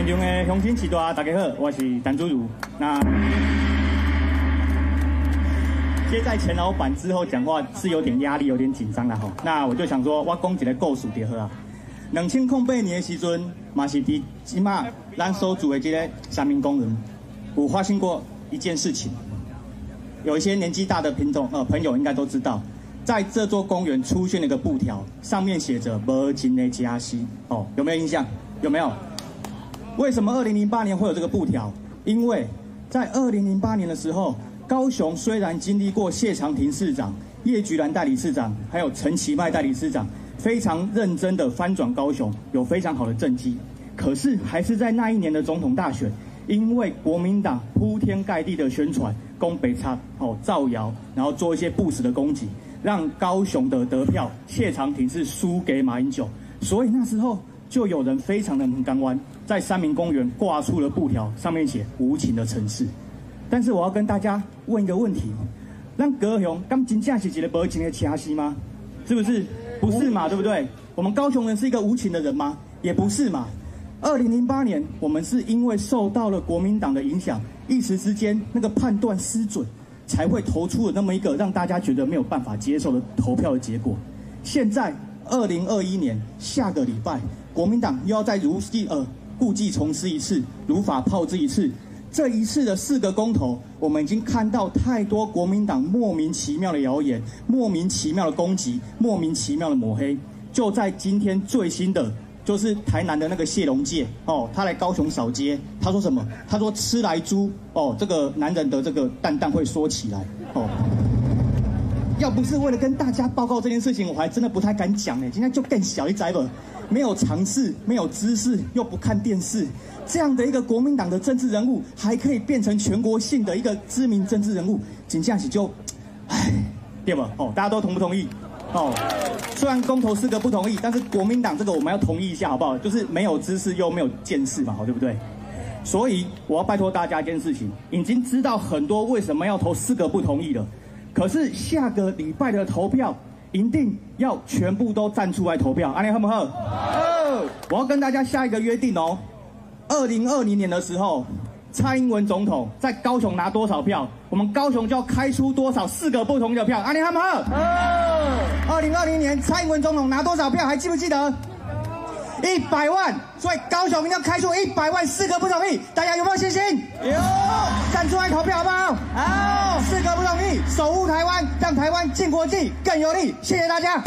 场的乡亲市大，大家好，我是陈祖如。那接在钱老板之后讲话是有点压力，有点紧张啦吼。那我就想说，我讲一个故事就好啊。2008年的时阵，嘛是伫即马咱所住的这个三民公园，有发生过一件事情。有一些年纪大的朋友应该都知道，在这座公园出现了一个布条，上面写着"无情的加西"哦，有没有印象？有没有？为什么2008年会有这个布条？因为在2008年的时候，高雄虽然经历过谢长廷市长、叶菊兰代理市长，还有陈其迈代理市长非常认真的翻转高雄，有非常好的政绩，可是还是在那一年的总统大选，因为国民党铺天盖地的宣传、攻北差、造谣，然后做一些不实的攻击，让高雄的得票谢长廷是输给马英九，所以那时候就有人非常的很港湾，在三民公园挂出了布条，上面写"无情的城市"。但是我要跟大家问一个问题：咱高雄敢真正是一个无情的城市吗？是不是？不是嘛，对不对？我们高雄人是一个无情的人吗？也不是嘛。2008年，我们是因为受到了国民党的影响，一时之间那个判断失准，才会投出了那么一个让大家觉得没有办法接受的投票的结果。现在2021年下个礼拜，国民党又要再故技重施一次，如法炮制一次。这一次的4个公投，我们已经看到太多国民党莫名其妙的谣言、莫名其妙的攻击、莫名其妙的抹黑。就在今天最新的，就是台南的那个谢龙介他来高雄扫街，他说什么？他说吃来猪这个男人的这个蛋会缩起来要不是为了跟大家报告这件事情，我还真的不太敢讲今天就更小一载了，没有常识，没有知识，又不看电视，这样的一个国民党的政治人物，还可以变成全国性的一个知名政治人物，真正是就，对吧？大家都同不同意？虽然公投4个不同意，但是国民党这个我们要同意一下，好不好？就是没有知识又没有见识嘛，对不对？所以我要拜托大家一件事情，已经知道很多为什么要投4个不同意了。可是下个礼拜的投票一定要全部都站出来投票，安尼好不好？我要跟大家下一个约定2020年的时候，蔡英文总统在高雄拿多少票，我们高雄就要开出多少4个不同意的票，安尼好不好？2020年蔡英文总统拿多少票，还记不记得？100万，所以高雄一定要开出100万4个不同意，大家有没有信心？有，站出来投票好不好？好，4个不同意，守护台湾，让台湾进国际更有利。谢谢大家。